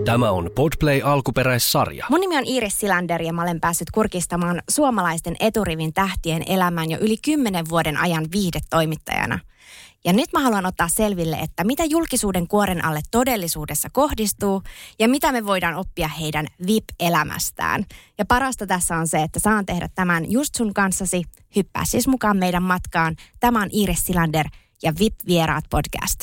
Tämä on Podplay alkuperäissarja. Mun nimi on Iiris Silander ja mä olen päässyt kurkistamaan suomalaisten eturivin tähtien elämään jo yli 10 vuoden ajan viihdetoimittajana. Ja nyt mä haluan ottaa selville, että mitä julkisuuden kuoren alle todellisuudessa kohdistuu ja mitä me voidaan oppia heidän VIP-elämästään. Ja parasta tässä on se, että saan tehdä tämän just sun kanssasi. Hyppää siis mukaan meidän matkaan. Tämä on Iiris Silander ja VIP-vieraat podcast.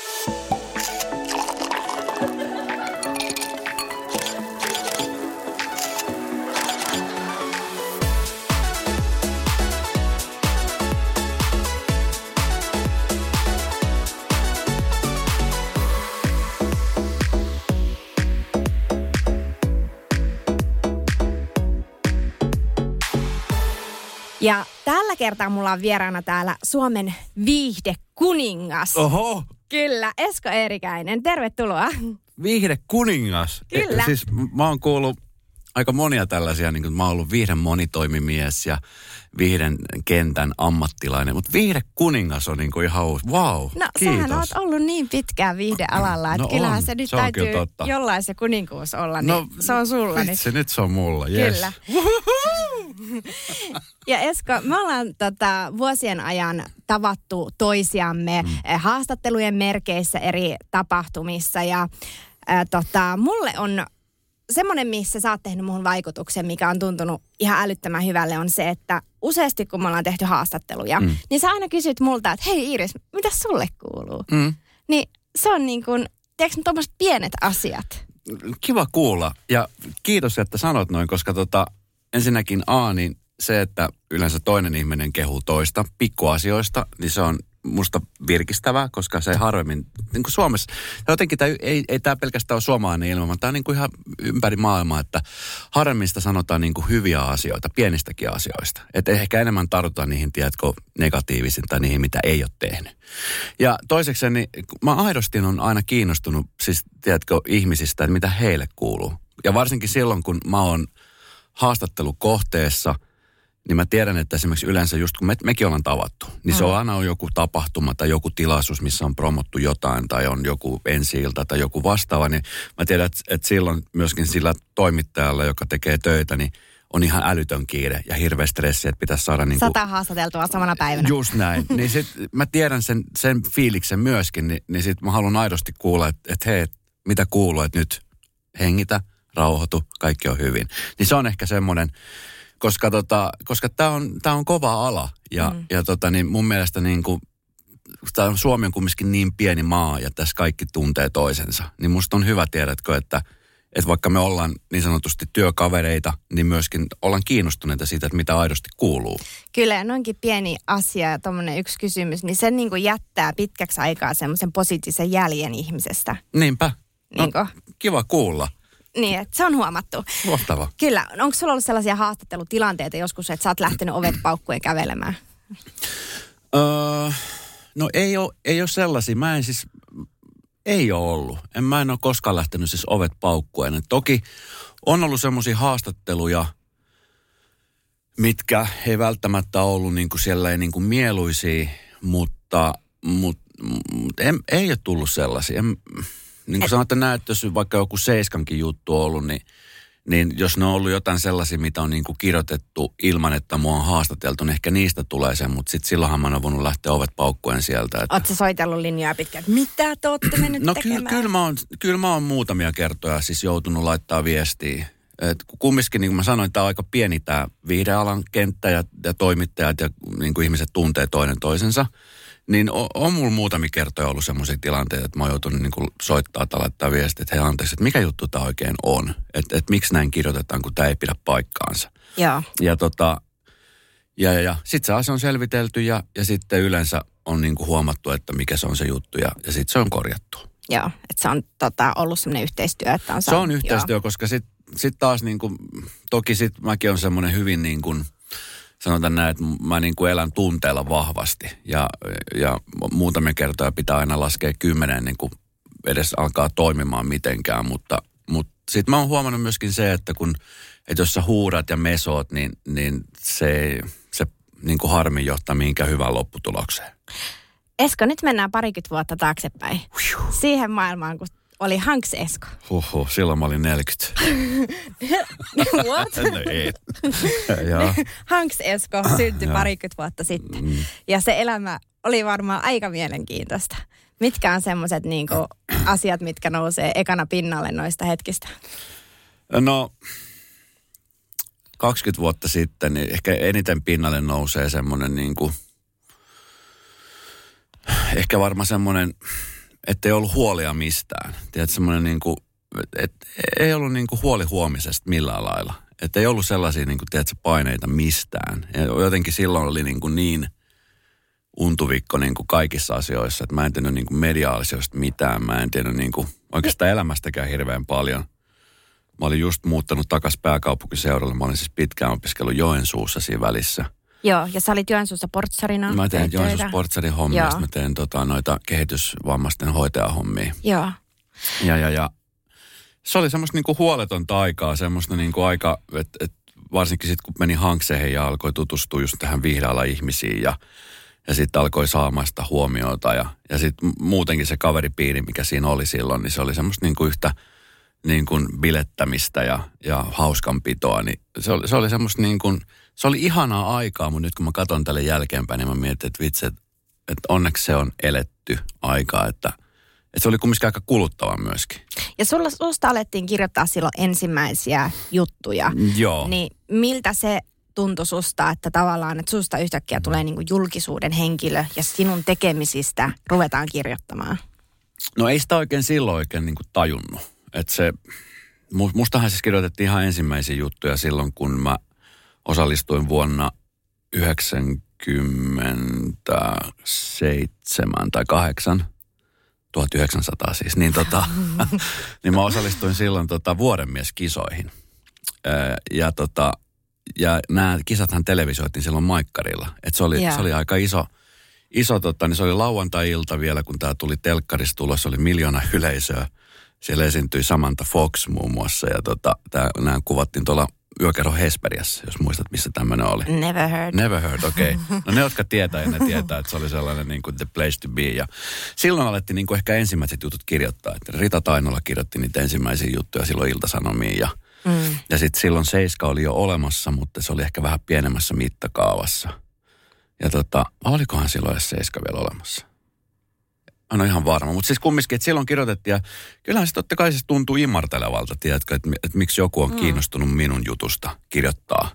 Ja tällä kertaa mulla on vieraana täällä Suomen viihdekuningas. Oho! Kyllä, Esko Eerikäinen. Tervetuloa. Viihdekuningas? Kyllä. Siis mä oon kuullut aika monia tällaisia, niin kuin mä oon ollut viihden monitoimimies ja viihden kentän ammattilainen, mutta viihdekuningas on niin kuin ihan wow, no, kiitos. Sähän oot ollut niin pitkään viihdealalla, että kyllähän on. Se nyt se täytyy jollain se kuninkuus olla, niin se on sulla nyt se on mulla, yes. Kyllä. Ja Esko, me ollaan vuosien ajan tavattu toisiamme haastattelujen merkeissä eri tapahtumissa ja mulle on semmoinen, missä sä oot tehnyt muhun vaikutuksen, mikä on tuntunut ihan älyttömän hyvälle, on se, että useasti kun me ollaan tehty haastatteluja, niin sä aina kysyt multa, että hei Iiris, mitä sulle kuuluu? Niin se on niin kuin, tiedätkö tommoset pienet asiat? Kiva kuulla ja kiitos, että sanot noin, koska ensinnäkin niin se, että yleensä toinen ihminen kehuu toista pikkuasioista, niin se on musta virkistävää, koska se harvemmin, niin kuin Suomessa, jotenkin ei tämä pelkästään ole suomalainen ilma, vaan tämä on niin kuin ihan ympäri maailmaa, että harvemmin sitä sanotaan niin kuin hyviä asioita, pienistäkin asioista. Että ehkä enemmän tartutaan niihin, tiedätkö, negatiivisiin tai niihin, mitä ei ole tehnyt. Ja toiseksi, niin mä aidosti on aina kiinnostunut, siis tiedätkö, ihmisistä, että mitä heille kuuluu. Ja varsinkin silloin, kun mä oon haastattelukohteessa, niin mä tiedän, että esimerkiksi yleensä just kun mekin ollaan tavattu, niin se on aina joku tapahtuma tai joku tilaisuus, missä on promottu jotain tai on joku ensi-ilta tai joku vastaava, niin mä tiedän, että silloin myöskin sillä toimittajalla, joka tekee töitä, niin on ihan älytön kiire ja hirveä stressi, että pitäisi saada niin kuin 100 haastateltua samana päivänä. Just näin. Niin sit mä tiedän sen fiiliksen myöskin, niin sit mä haluan aidosti kuulla, että hei, mitä kuuluu, että nyt hengitä, rauhoitu, kaikki on hyvin. Niin se on ehkä semmoinen, koska tää on kova ala ja niin mun mielestä niin kuin, Suomi on kumminkin niin pieni maa ja tässä kaikki tuntee toisensa. Niin musta on hyvä, tiedätkö, että vaikka me ollaan niin sanotusti työkavereita, niin myöskin ollaan kiinnostuneita siitä, että mitä aidosti kuuluu. Kyllä, noinkin pieni asia ja tommoinen yksi kysymys, niin se niin kuin jättää pitkäksi aikaa semmoisen positiivisen jäljen ihmisestä. Niinpä. Niin no, kiva kuulla. Niin, että se on huomattu. Lohtava. Kyllä. Onko sulla ollut sellaisia haastattelutilanteita joskus, että sä oot lähtenyt ovet paukkuen kävelemään? No ei ole sellaisia. Ei ole ollut. Mä en ole koskaan lähtenyt siis ovet paukkuen. Et toki on ollut semmoisia haastatteluja, mitkä ei välttämättä ollut niinku siellä niinku mieluisia, mutta ei ole tullut sellaisia. Niin kuin sanotte näin, että jos vaikka joku Seiskankin juttu on ollut, niin jos ne on ollut jotain sellaisia, mitä on niin kuin kirjoitettu ilman, että mua on haastateltu, niin ehkä niistä tulee sen, mutta sitten silloinhan mä oon voinut lähteä ovet paukkuen sieltä. Että ootko soitellut linjaa pitkään, että mitä te ootte mennyt tekemään? Kyllä mä oon muutamia kertoja siis joutunut laittaa viestiä. Et kumminkin, niin kuin mä sanoin, tämä on aika pieni tämä viihdealan kenttä ja toimittajat ja niin kuin ihmiset tuntee toinen toisensa. Niin on mulla muutamia kertoja ollut semmoisia tilanteita, että mä oon joutunut niin kuin soittaa tai laittaa viestiä, että hei anteeksi, että mikä juttu tämä oikein on? Että miksi näin kirjoitetaan, kun tämä ei pidä paikkaansa. Joo. Ja sitten se asia on selvitelty ja sitten yleensä on niin kuin huomattu, että mikä se on se juttu ja sitten se on korjattu. Joo, että se on ollut semmoinen yhteistyö, että on se on yhteistyö, koska sitten taas niin kuin, toki sitten mäkin on semmoinen hyvin niin kuin, sanotaan näin, että mä niin kuin elän tunteella vahvasti ja muutamia kertoja pitää aina laskea 10 niin kuin edes alkaa toimimaan mitenkään, mutta sitten mä oon huomannut myöskin se, että jos sä huudat ja mesoot, niin se niin kuin harmi johtaa mihinkään hyvään lopputulokseen. Esko, nyt mennään 20 vuotta taaksepäin. Siihen maailmaan, kun oli Hanks Esko. Silloin mä olin 40. What? No ei. Joo. Hanks Esko syntyi parikymmentä vuotta sitten. Ja se elämä oli varmaan aika mielenkiintoista. Mitkä on semmoiset niinku asiat, mitkä nousee ekana pinnalle noista hetkistä? No, 20 vuotta sitten niin ehkä eniten pinnalle nousee semmoinen niinku, ehkä varmaan semmoinen, että ei ollut huolia mistään. Tiedätkö, semmoinen niinku, että ei ollut niinku huoli huomisesta millään lailla. Että ei ollut sellaisia niinku, tiedätkö, paineita mistään. Ja jotenkin silloin oli niinku niin untuvikko niinku kaikissa asioissa, että mä en tiennyt niinku media-asioista mitään. Mä en tiennyt niinku oikeastaan elämästäkään hirveän paljon. Mä olin just muuttanut takaisin pääkaupunkiseudulle. Mä olin siis pitkään opiskellut Joensuussa siinä välissä. Joo, ja sä olit Joensuussa portsarina. Mä tein Joensuussa portsarin hommia, ja mä tein noita kehitysvammaisten hoitajahommia. Joo. Ja se oli semmoista niinku huoletonta aikaa, semmoista niinku aika, että varsinkin sitten kun meni Hankseihin ja alkoi tutustua just tähän vihreällä ihmisiin ja sitten alkoi saamaan sitä huomiota ja sitten muutenkin se kaveripiiri, mikä siinä oli silloin, niin se oli semmoista niinku yhtä niin kuin bilettämistä ja hauskanpitoa, niin se oli semmoista niin kuin, se oli ihanaa aikaa, mutta nyt kun mä katson tälle jälkeenpäin, niin mä mietin, että vitsi, että onneksi se on eletty aikaa, että se oli kumminkin aika kuluttava myöskin. Ja susta alettiin kirjoittaa silloin ensimmäisiä juttuja. Joo. Niin miltä se tuntui susta, että tavallaan, että susta yhtäkkiä tulee niin kuin julkisuuden henkilö ja sinun tekemisistä ruvetaan kirjoittamaan? No ei sitä oikein niin kuin tajunnut. Että se, mustahan siis kirjoitettiin ihan ensimmäisiä juttuja silloin, kun mä osallistuin vuonna 1997 tai 8, 1900 siis, niin, niin mä osallistuin silloin vuodenmieskisoihin. Ja nämä kisathan televisioitiin silloin Maikkarilla. Että se oli aika iso niin se oli lauantai-ilta vielä, kun tämä tuli telkkarista tulos, se oli 1 miljoona yleisöä. Siellä esiintyi Samantha Fox muun muassa ja nämä kuvattiin tuolla Yökerho Hesperiassa, jos muistat, missä tämmöinen oli. Never heard, okei. Okay. No ne, jotka tietää, ne tietää, että se oli sellainen niin kuin the place to be. Ja silloin alettiin niin kuin ehkä ensimmäiset jutut kirjoittaa. Että Rita Tainola kirjoitti niitä ensimmäisiä juttuja silloin Ilta-Sanomiin. Ja sitten silloin Seiska oli jo olemassa, mutta se oli ehkä vähän pienemmässä mittakaavassa. Ja olikohan silloin edes Seiska vielä olemassa? On ihan varma. Mutta siis kumminkin, että silloin kirjoitettiin ja kyllähän se totta kai se tuntuu imartelevalta, tiedätkö, että miksi joku on kiinnostunut minun jutusta kirjoittaa.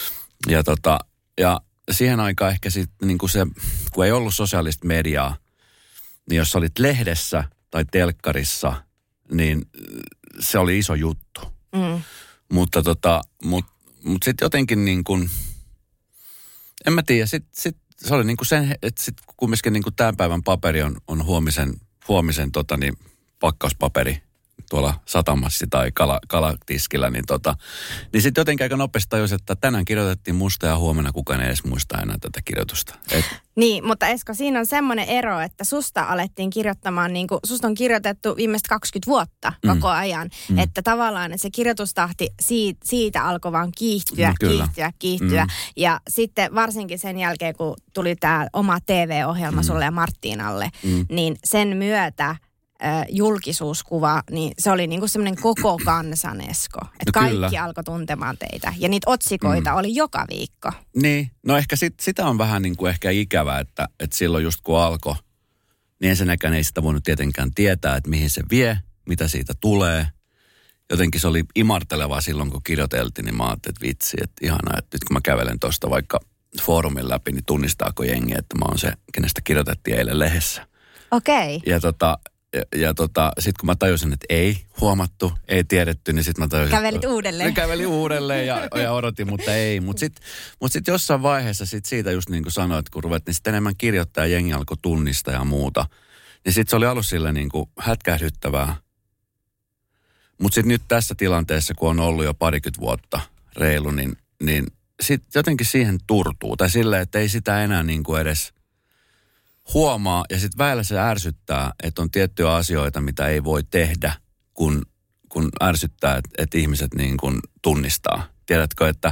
Ja siihen aikaan ehkä sitten niin kuin se, kun ei ollut sosiaalista mediaa, niin jos olit lehdessä tai telkkarissa, niin se oli iso juttu. Mutta sitten jotenkin niin kuin, en mä tiedä, sitten se oli niin kuin sen, että sitten kumminkin niin kuin tämän päivän paperi on huomisen pakkauspaperi tuolla satamassa tai kalatiskillä, niin sitten jotenkin aika nopeasti tajusin, että tänään kirjoitettiin musta ja huomenna kukaan ei edes muista enää tätä kirjoitusta. Niin, mutta Esko, siinä on semmoinen ero, että susta alettiin kirjoittamaan, niin kuin susta on kirjoitettu viimeiset 20 vuotta koko ajan. Että tavallaan että se kirjoitustahti siitä alkoi vaan kiihtyä. Ja sitten varsinkin sen jälkeen, kun tuli tämä oma TV-ohjelma sulle ja Marttinalle, niin sen myötä julkisuuskuva, niin se oli niinku semmoinen koko kansan Esko. Että kaikki alkoi tuntemaan teitä. Ja niitä otsikoita oli joka viikko. Niin, no ehkä sitä on vähän niin kuin ehkä ikävä, että silloin just kun alkoi, niin ensinnäkään ei sitä voinut tietenkään tietää, että mihin se vie, mitä siitä tulee. Jotenkin se oli imartelevaa silloin, kun kirjoiteltiin, niin mä ajattelin, että vitsi, että ihanaa, että nyt kun mä kävelen tuosta vaikka foorumin läpi, niin tunnistaako jengi, että mä oon se, kenestä kirjoitettiin eilen lehdessä. Okei. Ja sitten kun mä tajusin, että ei huomattu, ei tiedetty, niin sitten mä tajusin... Kävelit uudelleen. Kävelin uudelleen ja odotin, mutta ei. Mutta sit jossain vaiheessa siitä just niin kuin sanoit, kun ruvettiin sitten enemmän kirjoittaa ja jengi alkoi tunnistaa ja muuta, niin sitten se oli alussa sille niin kuin hätkähdyttävää. Mutta sitten nyt tässä tilanteessa, kun on ollut jo 20 vuotta reilu, niin sitten jotenkin siihen turtuu. Tai silleen, että ei sitä enää niin kuin edes... huomaa ja sitten väillä se ärsyttää, että on tiettyjä asioita, mitä ei voi tehdä, kun ärsyttää, että ihmiset niin kuin tunnistaa. Tiedätkö, että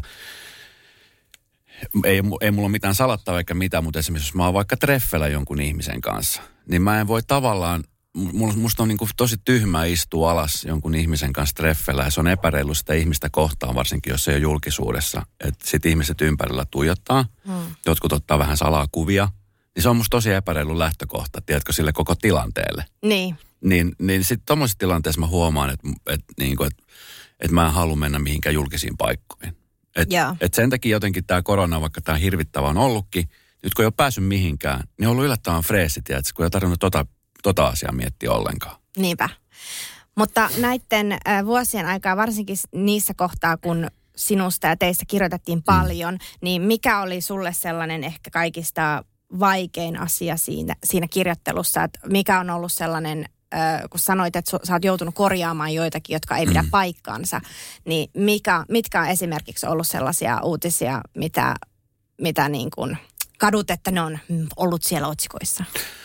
ei mulla ole mitään salattavaa eikä mitään, mutta esimerkiksi jos mä oon vaikka treffellä jonkun ihmisen kanssa, niin mä en voi tavallaan musta on niin kuin tosi tyhmää istua alas jonkun ihmisen kanssa treffellä ja se on epäreilu sitä ihmistä kohtaan, varsinkin jos se ei ole julkisuudessa. Että sit ihmiset ympärillä tuijottaa, jotkut ottaa vähän salaa kuvia. Niin se on musta tosi epäreilu lähtökohta, tiedätkö, sille koko tilanteelle. Niin. Niin sitten tommosessa tilanteessa mä huomaan, että mä en halua mennä mihinkään julkisiin paikkoihin. Et sen takia jotenkin tämä korona, vaikka tämä hirvittävä on ollutkin, nyt kun ei ole päässyt mihinkään, niin on ollut yllättävän freesi, tiedätkö, kun ei ole tarvinnut tota asiaa miettiä ollenkaan. Niinpä. Mutta näiden vuosien aikaa, varsinkin niissä kohtaa, kun sinusta ja teistä kirjoitettiin paljon, niin mikä oli sulle sellainen ehkä kaikista vaikein asia siinä kirjoittelussa, että mikä on ollut sellainen, kun sanoit, että sä oot joutunut korjaamaan joitakin, jotka ei pidä paikkaansa, niin mitkä on esimerkiksi ollut sellaisia uutisia, mitä niin kuin kadut, että ne on ollut siellä otsikoissa?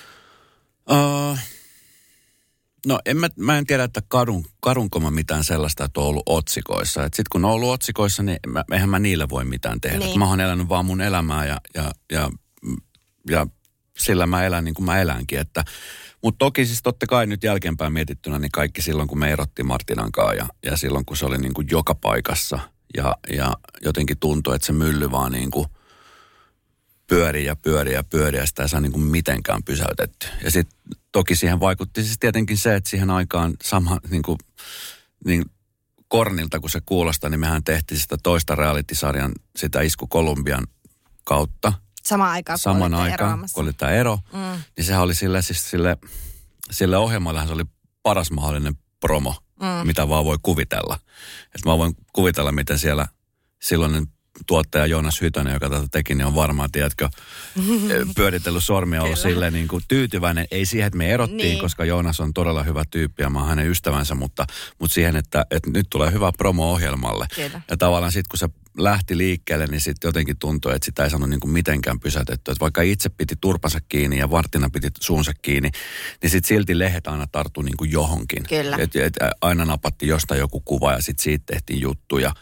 No mä en tiedä, että kadunko mä mitään sellaista, että on ollut otsikoissa. Sitten kun on ollut otsikoissa, niin eihän mä niille voi mitään tehdä. Niin. Mä oon elänyt vaan mun elämää ja sillä mä elän niin kuin mä elänkin. Mutta toki siis totta kai nyt jälkeenpäin mietittynä, niin kaikki silloin kun me erottiin Martinan kanssa ja silloin kun se oli niin kuin joka paikassa ja jotenkin tuntui, että se mylly vaan niin kuin pyörii ja sitä ei saa niin kuin mitenkään pysäytetty. Ja sitten toki siihen vaikutti siis tietenkin se, että siihen aikaan sama niin kornilta kuin se kuulostaa, niin mehän tehtiin sitä toista reality-sarjan, sitä Isku Kolumbian kautta. Samaan aikaan, kun oli tämä ero, niin sehän oli sille ohjelmallehan se oli paras mahdollinen promo, mitä vaan voi kuvitella. Että mä voin kuvitella, miten siellä silloinen tuottaja Joonas Hytönen, joka tätä teki, niin on varmaan, tiedätkö, pyöritellyt sormia, ollut silleen niin kuin tyytyväinen. Ei siihen, että me erottiin, koska Joonas on todella hyvä tyyppi ja mä oon hänen ystävänsä, mutta siihen, että nyt tulee hyvä promo-ohjelmalle. Kyllä. Ja tavallaan sitten, kun se lähti liikkeelle, niin sitten jotenkin tuntui, että sitä ei saanut niin kuin mitenkään pysäytettyä. Että vaikka itse piti turpansa kiinni ja Martina piti suunsa kiinni, niin sitten silti lehdet aina tarttui niin kuin johonkin. Kyllä. Et aina napatti jostain joku kuva ja sitten siitä tehtiin juttuja.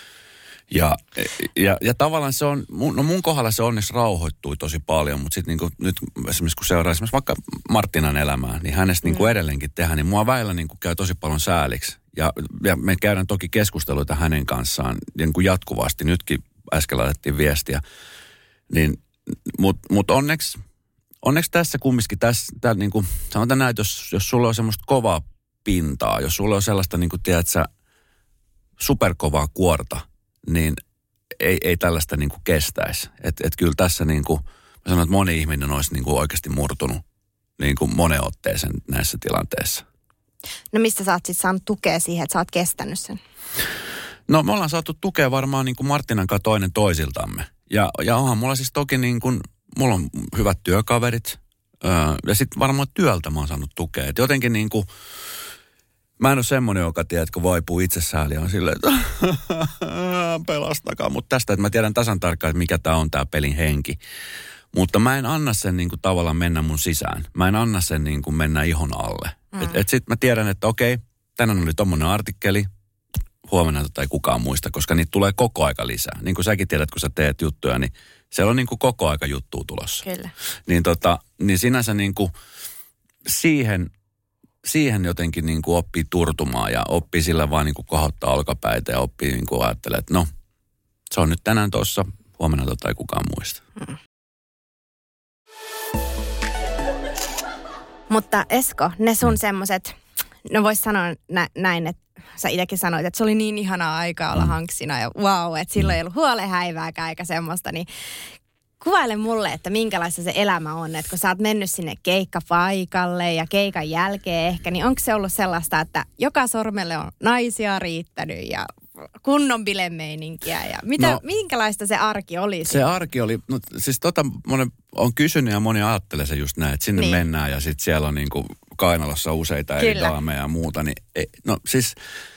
Ja tavallaan se on, mun kohdalla se onneksi rauhoittui tosi paljon, mutta sitten niinku, nyt esimerkiksi kun seuraa esimerkiksi vaikka Martinan elämää, niin hänestä niinku edelleenkin tehdään, niin mua väillä niinku käy tosi paljon sääliksi. Ja me käydään toki keskusteluita hänen kanssaan niin kuin jatkuvasti. Nytkin äsken laitettiin viestiä. Niin, mutta onneksi tässä kumminkin, niin kuin, sanotaan näin, jos sulla on semmoista kovaa pintaa, jos sulla on sellaista, niin kuin tiedätkö, superkovaa kuorta, niin ei tällaista niin kuin kestäisi. Et kyllä tässä niin kuin, mä sanon, että moni ihminen olisi niin kuin oikeasti murtunut niin kuin moneen otteeseen näissä tilanteissa. No mistä sä oot sitten saanut tukea siihen, että sä oot kestänyt sen? No me ollaan saatu tukea varmaan niin kuin Martinan kanssa toinen toisiltamme. Ja onhan mulla siis toki niin kuin, mulla on hyvät työkaverit ja sitten varmaan työltä mä oon saanut tukea. Et jotenkin niin kuin, mä en ole semmoinen, joka tiedätkö, vaipuu itsessään ja on silleen, että pelastakaa. Mutta tästä, että mä tiedän tasan tarkkaan, että mikä tää on tää pelin henki. Mutta mä en anna sen niin kuin tavallaan mennä mun sisään. Mä en anna sen niin kuin mennä ihon alle. Et sit mä tiedän, että okei, tänään oli tommonen artikkeli, huomenna ei kukaan muista, koska niitä tulee koko aika lisää. Niin kuin säkin tiedät, kun sä teet juttuja, niin siellä on niin kuin koko aika juttua tulossa. Kyllä. Niin sinänsä niin kuin siihen jotenkin niin kuin oppii turtumaan ja oppii sillä vaan niin kuin kohottaa olkapäitä ja oppii niin kuin ajattelee, että no, se on nyt tänään tuossa, huomenna ei kukaan muista. Mutta Esko, ne sun semmoset, no vois sanoa näin, että sä itsekin sanoit, että se oli niin ihanaa aikaa olla hanksina ja wow, että silloin ei ollut huolehäivääkään eikä semmoista, niin kuvaile mulle, että minkälaista se elämä on, että kun sä oot mennyt sinne keikkapaikalle ja keikan jälkeen ehkä, niin onko se ollut sellaista, että joka sormelle on naisia riittänyt ja kunnon bilemeininkiä ja minkälaista se arki oli? Se arki oli, no siis moni on kysynyt ja moni ajattelee se just näin, että sinne mennään ja sitten siellä on niinku kainalossa useita eri daameja ja muuta, niin no siis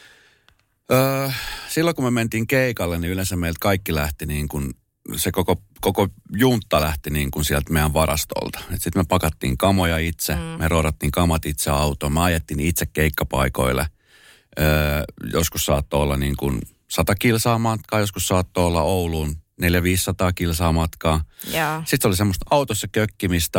silloin kun me mentiin keikalle, niin yleensä meiltä kaikki lähti niin kuin se koko juntta lähti niin kuin sieltä meidän varastolta. Sitten me pakattiin kamoja itse, me roodattiin kamat itse autoon, me ajettiin itse keikkapaikoille. Joskus saattoi olla niin kuin 100 kilsaa matkaa, joskus saattoi olla Ouluun 400-500 kilsaa matkaa. Ja. Sitten se oli semmoista autossa kökkimistä,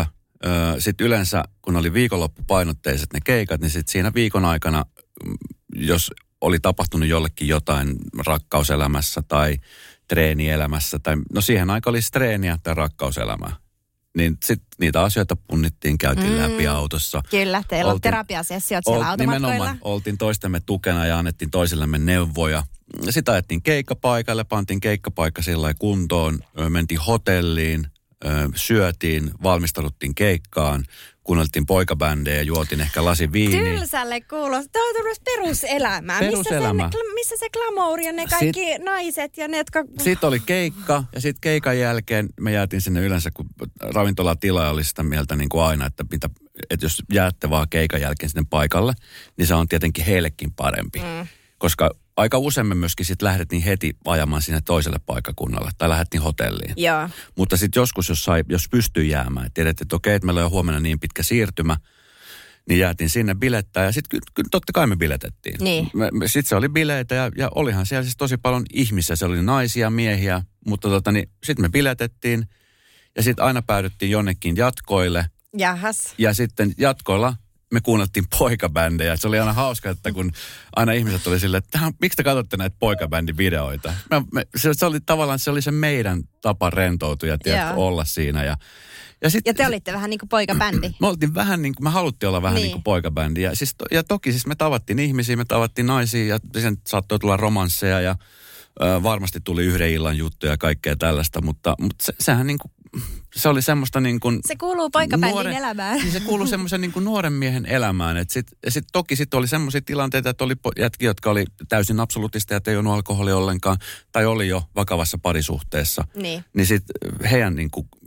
Sitten yleensä, kun oli viikonloppupainotteiset ne keikat, niin sitten siinä viikon aikana, jos oli tapahtunut jollekin jotain rakkauselämässä tai treenielämässä, tai no siihen aikaan olisi treeniä tai rakkauselämää. Niin sitten niitä asioita punnittiin, käytiin läpi autossa. Kyllä, teillä on terapiasessiot siellä automatkoilla. Nimenomaan, oltiin toistemme tukena ja annettiin toisillemme neuvoja. Sitten ajettiin keikkapaikalle, pantiin keikkapaikka sillä kuntoon, mentiin hotelliin, syötiin, valmistauduttiin keikkaan, kuunneltiin poikabändejä, juotiin ehkä lasi viiniä. Tylsälle kuulostaa. Tämä on tämmöistä peruselämää. Missä se glamour ja ne kaikki naiset ja ne, jotka... Sitten oli keikka ja sitten keikan jälkeen me jäätiin sinne yleensä, kun ravintolatila oli sitä mieltä niin kuin aina, että jos jäätte vaan keikan jälkeen sinne paikalle, niin se on tietenkin heillekin parempi. Koska aika usein me myöskin sitten lähdettiin heti ajamaan sinne toiselle paikkakunnalle tai lähdettiin hotelliin. Joo. Mutta sitten joskus, jos pystyy jäämään, tiedätte, että okei, että meillä on huomenna niin pitkä siirtymä, niin jäätiin sinne bilettää ja sitten totta kai me biletettiin. Niin. Sitten se oli bileitä ja olihan siellä siis tosi paljon ihmisiä, se oli naisia, miehiä, mutta sitten me biletettiin ja sitten aina päädyttiin jonnekin jatkoille. Jahas. Ja sitten jatkoilla me kuunneltiin poikabändejä. Se oli aina hauska, että kun aina ihmiset oli silleen, että miksi te katsotte näitä poikabändin videoita? Se oli tavallaan, se oli se meidän tapa rentoutua ja olla siinä. Ja te olitte vähän niin kuin poikabändi. Me oltiin vähän niin kuin, me haluttiin olla vähän niin kuin poikabändi. Ja toki siis me tavattiin ihmisiä, me tavattiin naisia ja sen saattoi tulla romansseja ja varmasti tuli yhden illan juttuja ja kaikkea tällaista, mutta sehän niin kuin, se oli semmoista niin kuin... Se kuuluu poikabändin elämään. Niin se kuuluu semmoisen niin kuin nuoren miehen elämään. Sitten toki sitten oli semmoisia tilanteita, että oli jätkiä, jotka oli täysin absoluuttista, että ei juonut alkoholia ollenkaan, tai oli jo vakavassa parisuhteessa. Niin sitten heidän niin kuin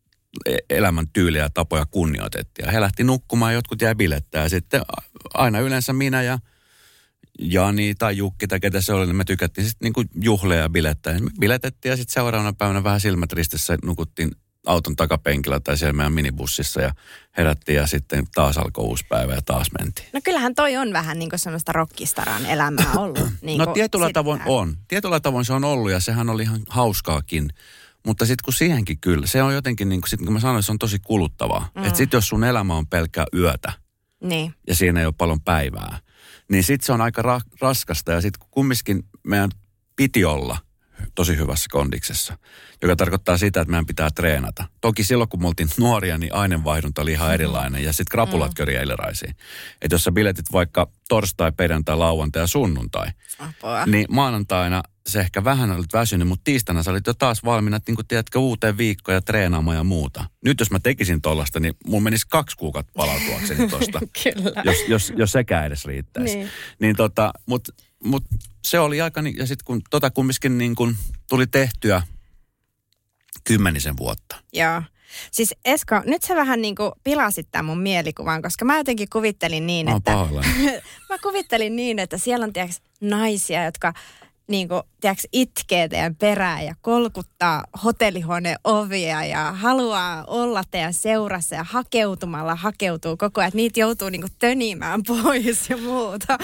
elämän tyyliä ja tapoja kunnioitettiin. Ja he lähti nukkumaan, jotkut jäi bilettää. Ja sitten aina yleensä minä ja Jani tai Jukki tai ketä se oli, niin me tykättiin sitten niin kuin juhleja ja bilettää. Me biletettiin ja sitten seuraavana päivänä vähän silmät ristissä nukuttiin auton takapenkillä tai siellä meidän minibussissa ja herättiin ja sitten taas alkoi uusi päivä ja taas mentiin. No kyllähän toi on vähän niin kuin sellaista rockistaran elämää ollut. Niin no tietyllä tavoin on. Tietyllä tavoin se on ollut ja sehän oli ihan hauskaakin. Mutta sitten kun siihenkin kyllä, se on jotenkin niin kuin, sit, kun mä sanoin, se on tosi kuluttavaa. Että sitten jos sun elämä on pelkkää yötä ja siinä ei ole paljon päivää, niin sitten se on aika raskasta ja sitten kumminkin meidän piti olla tosi hyvässä kondiksessa, joka tarkoittaa sitä, että meidän pitää treenata. Toki silloin, kun me oltiin nuoria, niin aineenvaihdunta oli ihan erilainen ja sitten krapulat köri eiliraisiin. Että jos sä biletit vaikka torstai, perjantai, lauantai ja sunnuntai, niin maanantaina se ehkä vähän olit väsynyt, mutta tiistaina sä olit jo taas valmiina, niin kuin tiedätkö, uuteen viikkoon ja treenaamaan ja muuta. Nyt jos mä tekisin tollasta, niin mun menisi 2 kuukautta palautuakseni tosta. Kyllä. Jos sekään edes riittäisi. Niin mutta se oli aika, ja sitten kun kumminkin niin kun tuli tehtyä 10 vuotta. Joo. Siis Esko, nyt sä vähän niin kuin pilasit tämän mun mielikuvan, koska mä jotenkin kuvittelin niin, mä kuvittelin niin, että siellä on tiiäks naisia, jotka niin kuin, tiiäks, itkee teidän perään ja kolkuttaa hotellihuoneen ovia ja haluaa olla teidän seurassa ja hakeutumalla hakeutuu koko ajan. Että niitä joutuu niin kuin tönimään pois ja muuta.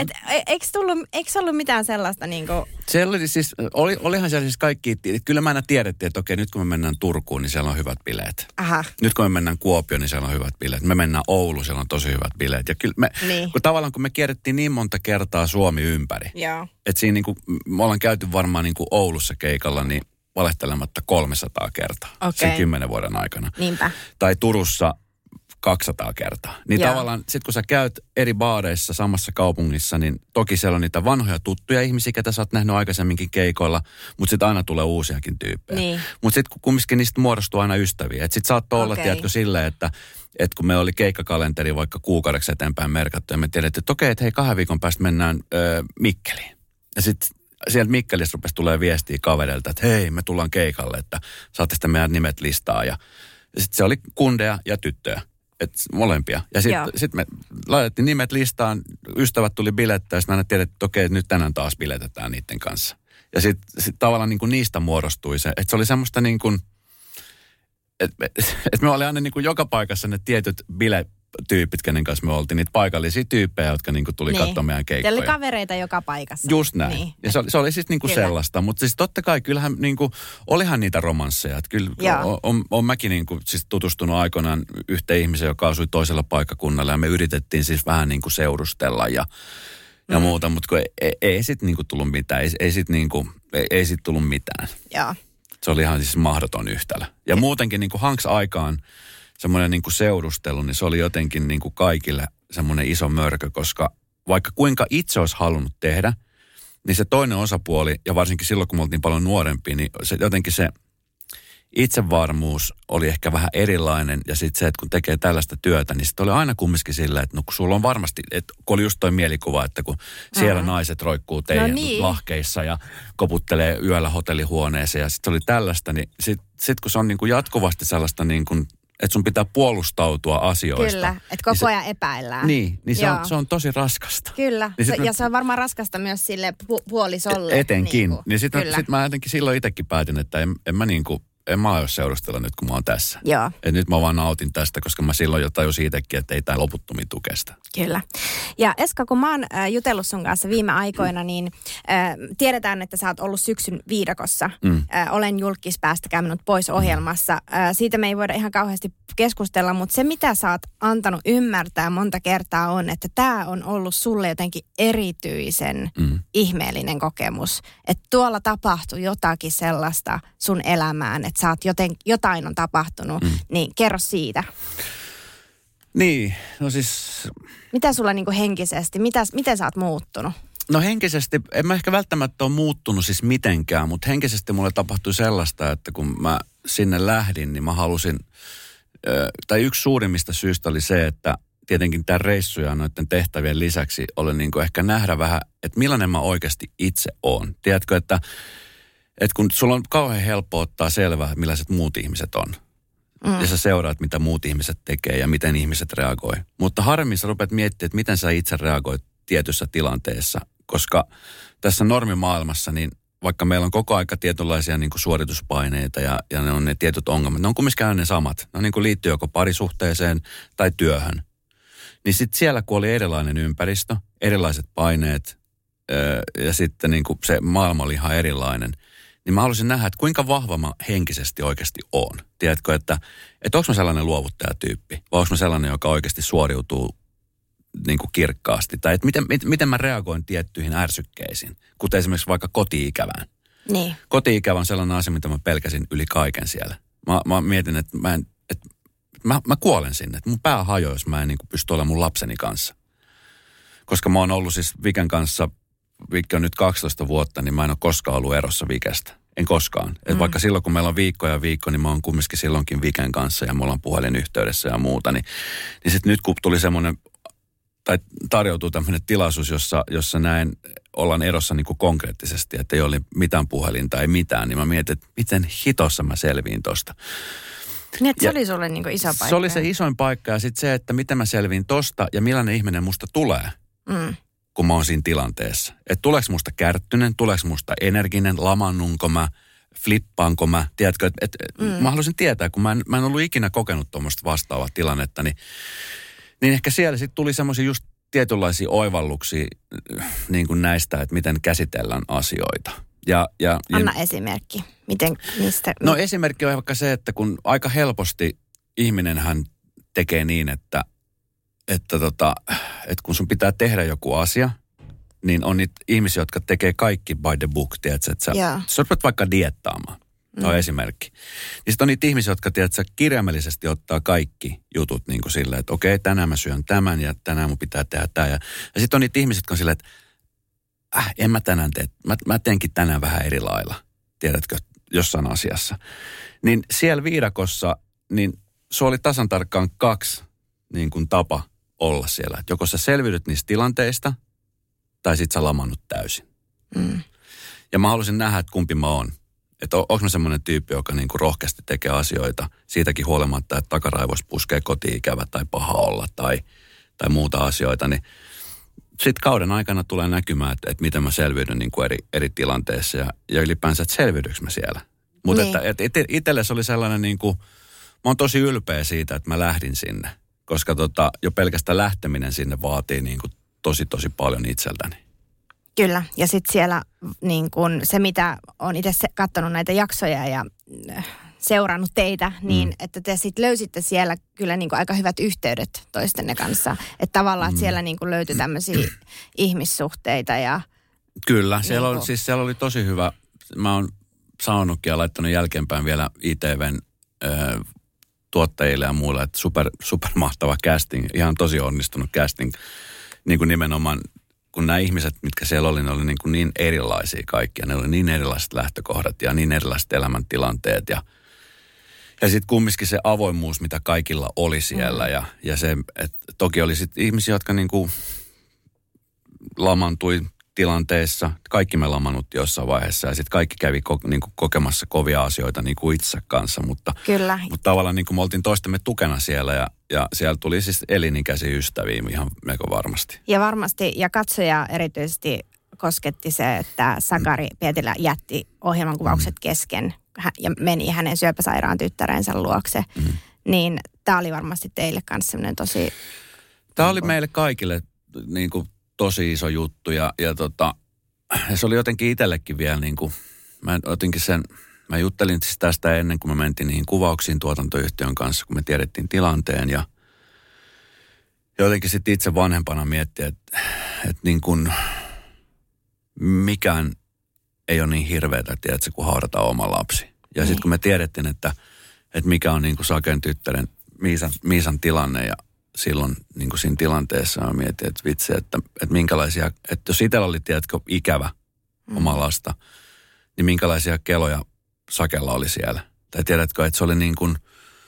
Eikö ollut mitään sellaista niin kuin... Se oli siis, olihan siellä siis kaikki, kyllä mä aina tiedettiin, että okei, nyt kun me mennään Turkuun, niin siellä on hyvät bileet. Aha. Nyt kun me mennään Kuopioon, niin siellä on hyvät bileet. Me mennään Ouluun, siellä on tosi hyvät bileet. Ja kyllä kun me kierrettiin niin monta kertaa Suomi ympäri. Joo. Että siinä niin kuin, me ollaan käyty varmaan niin kuin Oulussa keikalla, niin valehtelematta 300 kertaa sen 10 vuoden aikana. Niinpä. Tai Turussa 200 kertaa. Niin tavallaan sitten kun sä käyt eri baareissa samassa kaupungissa, niin toki siellä on niitä vanhoja tuttuja ihmisiä, ketä sä oot nähnyt aikaisemminkin keikoilla, mutta sitten aina tulee uusiakin tyyppejä. Niin. Mutta sitten kumminkin niistä muodostuu aina ystäviä. Että sitten saattoi olla, tiedätkö, silleen, että kun me oli keikkakalenteri vaikka kuukaudeksi eteenpäin merkattu, ja me tiedettiin, että okei, että hei 2 viikon päästä mennään Mikkeliin. Ja sitten sieltä Mikkelistä rupesi tulee viestiä kavereilta, että hei, me tullaan keikalle, että saatte sitten meidän nimet listaa. Ja sitten se oli kundeja ja tyttöjä. Että molempia. Ja sitten me laitettiin nimet listaan, ystävät tuli bilettää, ja sitten aina tiedettiin, että okei, nyt tänään taas biletetään niiden kanssa. Ja sitten tavallaan niin kuin niistä muodostui se, että se oli semmoista niin kuin, että me oli aina niin kuin joka paikassa ne tietyt tyypit, kenen kanssa me oltiin, niitä paikallisia tyyppejä, jotka niin kuin tuli katsomaan meidän keikkoja. Teillä oli kavereita joka paikassa. Just näin. Niin. Ja se oli siis niin kuin sellaista, mutta siis totta kai kyllähän niin kuin, olihan niitä romansseja. Että kyllä on mäkin niin kuin, siis tutustunut aikoinaan yhteen ihmiseen, joka asui toisella paikkakunnalla ja me yritettiin siis vähän niin kuin seurustella ja muuta, mutta ei sit niin kuin tullut mitään, ei sit tullut mitään. Joo. Se oli ihan siis mahdoton yhtälö. Ja muutenkin niin kuin Hanks-aikaan semmoinen niin kuin seurustelu, niin se oli jotenkin niin kuin kaikille semmoinen iso mörkö, koska vaikka kuinka itse olisi halunnut tehdä, niin se toinen osapuoli, ja varsinkin silloin, kun me oltiin paljon nuorempia, niin jotenkin se itsevarmuus oli ehkä vähän erilainen. Ja sitten se, että kun tekee tällaista työtä, niin sitten oli aina kumminkin sillä, että no kun sulla on varmasti, että kun oli just toi mielikuva, että kun siellä naiset roikkuu teidän lahkeissa ja koputtelee yöllä hotellihuoneeseen ja sitten oli tällaista, niin sitten kun se on niin kuin jatkuvasti sellaista niin kuin, että sun pitää puolustautua asioista. Kyllä, että koko ajan epäillään. Niin se on tosi raskasta. Kyllä, ja se on varmaan raskasta myös sille puolisolle. Etenkin. Niin sitten mä jotenkin silloin itsekin päätin, että en mä aio seurustella nyt, kun mä oon tässä. Joo. Et nyt mä vaan nautin tästä, koska mä silloin jo tajusin itsekin, että ei tää loputtomiin kestä. Kyllä. Ja Eska, kun mä oon jutellut sun kanssa viime aikoina, niin tiedetään, että sä oot ollut syksyn viidakossa. Olen julkispäästä käynyt pois ohjelmassa. Siitä me ei voida ihan kauheasti keskustella, mutta se mitä sä oot antanut ymmärtää monta kertaa on, että tää on ollut sulle jotenkin erityisen ihmeellinen kokemus. Että tuolla tapahtui jotakin sellaista sun elämään, että sä oot jotain on tapahtunut, niin kerro siitä. Niin, no siis... Mitä sulla niinku henkisesti, miten sä oot muuttunut? No henkisesti, en mä ehkä välttämättä ole muuttunut siis mitenkään, mutta henkisesti mulle tapahtui sellaista, että kun mä sinne lähdin, niin mä halusin, tai yksi suurimmista syistä oli se, että tietenkin tämän reissuja ja noiden tehtävien lisäksi oli niinku ehkä nähdä vähän, että millainen mä oikeasti itse oon. Tiedätkö, että kun sulla on kauhean helppo ottaa selvää, millaiset muut ihmiset on. Ja sä seuraat, mitä muut ihmiset tekee ja miten ihmiset reagoi. Mutta harvemmin sä rupeat miettimään, että miten sä itse reagoit tietyssä tilanteessa. Koska tässä normimaailmassa, niin vaikka meillä on koko aika tietynlaisia niin kuin suorituspaineita ja ne on ne tietyt ongelmat, ne on kumminkin ne samat. Ne on niin kuin liittyy joko parisuhteeseen tai työhön. Niin sitten siellä, kun oli erilainen ympäristö, erilaiset paineet ja sitten niin kuin se maailma oli ihan erilainen, niin mä halusin nähdä, että kuinka vahva mä henkisesti oikeasti oon. Tiedätkö, että onko mä sellainen luovuttajatyyppi, vai onko mä sellainen, joka oikeasti suoriutuu niin kuin kirkkaasti. Tai että miten mä reagoin tiettyihin ärsykkeisiin, kuten esimerkiksi vaikka koti-ikävään. Niin. Koti-ikävä on sellainen asia, mitä mä pelkäsin yli kaiken siellä. Mä mietin, että mä kuolen sinne, että mun pää hajoaa, jos mä en niin kuin pysty olemaan mun lapseni kanssa. Koska mä oon ollut siis Viken kanssa, Vikki on nyt 12 vuotta, niin mä en ole koskaan ollut erossa Vikestä. En koskaan. Et vaikka silloin, kun meillä on viikko, niin mä oon kumminkin silloinkin Viken kanssa ja me ollaan puhelinyhteydessä ja muuta. Niin sitten nyt kun tuli semmoinen, tai tarjoutuu tämmöinen tilaisuus, jossa näin ollaan erossa niin kuin konkreettisesti, että ei ole mitään puhelinta, ei mitään, niin mä mietin, että miten hitossa mä selviin tosta. Niin, että se oli sulle niin kuin iso paikka. Se oli se isoin paikka ja sitten se, että miten mä selviin tosta ja millainen ihminen musta tulee. Kun mä oon siinä tilanteessa. Että tuleeko musta kärttynen, tuleeko musta energinen, lamannunko mä, flippaanko mä. Tiedätkö, että mä haluaisin tietää, kun mä en ollut ikinä kokenut tuommoista vastaavaa tilannetta, niin ehkä siellä sitten tuli semmoisia just tietynlaisia oivalluksia niin kuin näistä, että miten käsitellään asioita. Anna esimerkki. Mistä? No esimerkki on vaikka se, että kun aika helposti ihminenhän tekee niin, että kun sun pitää tehdä joku asia, niin on niitä ihmisiä, jotka tekee kaikki by the book, tiedätkö, että sä rupeat vaikka diettaamaan. Tämä on esimerkki. Niin sitten on niitä ihmisiä, jotka tiedätkö, kirjaimellisesti ottaa kaikki jutut niin kuin silleen, että okei, tänään mä syön tämän ja tänään mun pitää tehdä tämä. Ja sitten on niitä ihmisiä, jotka on silleen, että en mä tänään tee, mä teenkin tänään vähän eri lailla, tiedätkö, jossain asiassa. Niin siellä viidakossa, niin se oli tasan tarkkaan 2 niin kuin tapa olla siellä. Että joko sä selviydyt niistä tilanteista, tai sit sä lamannut täysin. Ja mä halusin nähdä, että kumpi mä oon. Että onko mä semmoinen tyyppi, joka niinku rohkeasti tekee asioita siitäkin huolimatta, että takaraivossa puskee koti-ikävä tai paha olla tai muuta asioita. Niin sitten kauden aikana tulee näkymään, että miten mä selviydyn niinku eri tilanteissa ja ylipäänsä, että selviydyks mä siellä. Mutta niin. Itselle se oli sellainen, niinku, mä oon tosi ylpeä siitä, että mä lähdin sinne. koska jo pelkästään lähteminen sinne vaatii niin kuin tosi paljon itseltäni. Kyllä, ja sitten siellä niin kun se, mitä olen itse katsonut näitä jaksoja ja seurannut teitä, niin että te sitten löysitte siellä kyllä niin kuin aika hyvät yhteydet toistenne kanssa. Että tavallaan, että siellä niin kuin löytyi tämmöisiä ihmissuhteita ja... Kyllä, siellä oli tosi hyvä. Mä oon saanutkin ja laittanut jälkeenpäin vielä ITVn tuottajille ja muille, että super mahtava casting, ihan tosi onnistunut casting. Niin kuin nimenomaan, kun nämä ihmiset, mitkä siellä oli, ne oli niin erilaisia kaikkia. Ne oli niin erilaiset lähtökohdat ja niin erilaiset elämäntilanteet ja sitten kumminkin se avoimuus, mitä kaikilla oli siellä ja se, että toki oli sitten ihmisiä, jotka niinku lamantui tilanteissa. Kaikki me lamannuttiin jossain vaiheessa ja sitten kaikki kävi niinku kokemassa kovia asioita niinku itse kanssa. Mutta tavallaan niinku me oltiin toistemme tukena siellä ja siellä tuli siis elinikäisiä ystäviä ihan melko varmasti. Ja varmasti, ja katsoja erityisesti kosketti se, että Sakari Pietilä jätti ohjelmankuvaukset kesken ja meni hänen syöpäsairaan tyttärensä luokse. Niin tämä oli varmasti teille kanssa semmoinen tosi... Tämä oli meille kaikille niin kuin tosi iso juttu ja se oli jotenkin itsellekin vielä niin kuin, mä juttelin siis tästä ennen kuin me mentiin niihin kuvauksiin tuotantoyhtiön kanssa, kun me tiedettiin tilanteen ja jotenkin sitten itse vanhempana miettiä, että niin kuin mikään ei ole niin hirveätä, tiedätkö, kun haudataan oma lapsi. Ja sitten kun me tiedettiin, että mikä on niin kuin Saken tyttären Miisan tilanne ja silloin niin kuin siinä tilanteessa mä mietin, että vitsi, että minkälaisia, että jos itsellä oli, tiedätkö, ikävä oma lasta, niin minkälaisia keloja Sakella oli siellä. Tai tiedätkö, että se oli niin kuin,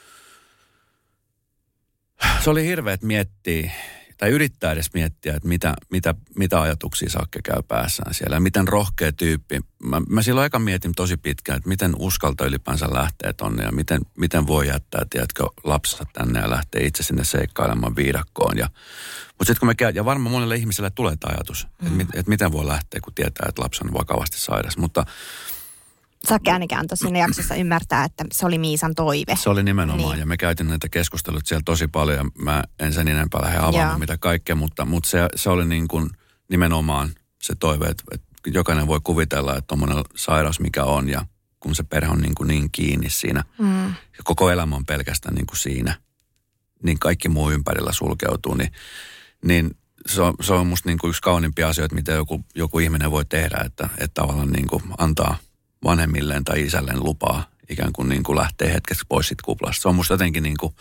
se oli hirveät miettiä, tai yrittää edes miettiä, että mitä ajatuksia Sakke käy päässään siellä. Ja miten rohkea tyyppi. Mä silloin eka mietin tosi pitkään, että miten uskaltaa ylipäänsä lähteä tonne ja miten voi jättää, tiedätkö, lapsensa tänne ja lähteä itse sinne seikkailemaan viidakkoon. Mutta sitten kun ja varmaan monelle ihmiselle tulee tämä ajatus, että miten voi lähteä, kun tietää, että lapsi on vakavasti sairas. Mutta Sakke ainakin antoi siinä jaksossa ymmärtää, että se oli Miisan toive. Se oli nimenomaan, niin. Ja me käytiin näitä keskusteluita siellä tosi paljon, ja mä en sen enempää lähde avaamaan mitä kaikkea, mutta se oli niin kuin nimenomaan se toive, että jokainen voi kuvitella, että tommoinen sairaus mikä on, ja kun se perhe on niin kiinni siinä, ja koko elämä on pelkästään niin kuin siinä, niin kaikki muu ympärillä sulkeutuu, niin se on musta niin kuin yksi kauniimpia asioita, mitä joku ihminen voi tehdä, että tavallaan niin kuin antaa vanhemmilleen tai isälleen lupaa ikään kuin, niin kuin lähtee hetkeksi pois siitä kuplasta. Se on musta jotenkin niin kuin,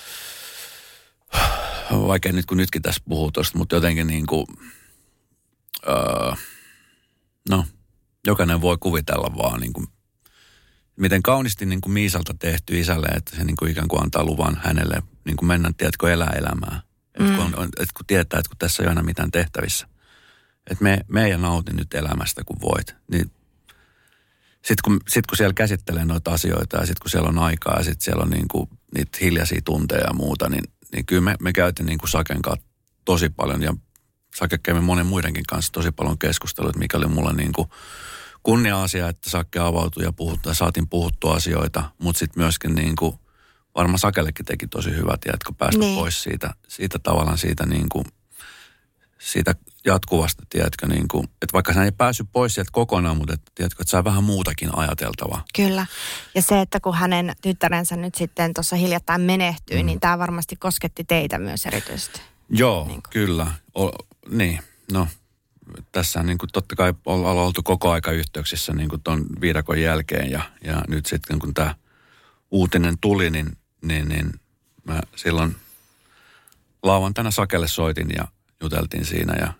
vaikea nyt kun nytkin tässä puhuu tosta, mutta jotenkin niin kuin, jokainen voi kuvitella vaan niin kuin, miten kauniisti niin kuin Miisalta tehty isälle, että se niin kuin ikään kuin antaa luvan hänelle niin kuin mennä, tiedätkö, elää elämää. Että kun tietää, että kun tässä ei ole enää mitään tehtävissä. Että me ei nauti nyt elämästä, kun voit. Niin Sitten kun siellä käsittelee noita asioita ja sitten kun siellä on aikaa ja sitten siellä on niinku niitä hiljaisia tunteja ja muuta, niin kyllä me käytiin niinku Saken kanssa tosi paljon ja Sake kävi monen muidenkin kanssa tosi paljon keskusteluita, mikä oli mulle niinku kunnia-asia, että Sakke avautui ja saatiin puhuttua asioita, mutta sitten myöskin niinku varmaan Sakellekin teki tosi hyvä, tiedätkö, päästä pois siitä tavallaan siitä niinku siitä jatkuvasta, tiedätkö, niin kuin, että vaikka hän ei päässyt pois sieltä kokonaan, mutta tiedätkö, että saa vähän muutakin ajateltavaa. Kyllä. Ja se, että kun hänen tyttärensä nyt sitten tuossa hiljattain menehtyi, niin tämä varmasti kosketti teitä myös erityisesti. Joo, niin kyllä. Tässä niin kuin totta kai ollaan oltu koko aika yhteyksissä niin kuin ton viidakon jälkeen ja nyt sitten kun tämä uutinen tuli, niin mä silloin lauantaina Sakelle soitin ja juteltiin siinä ja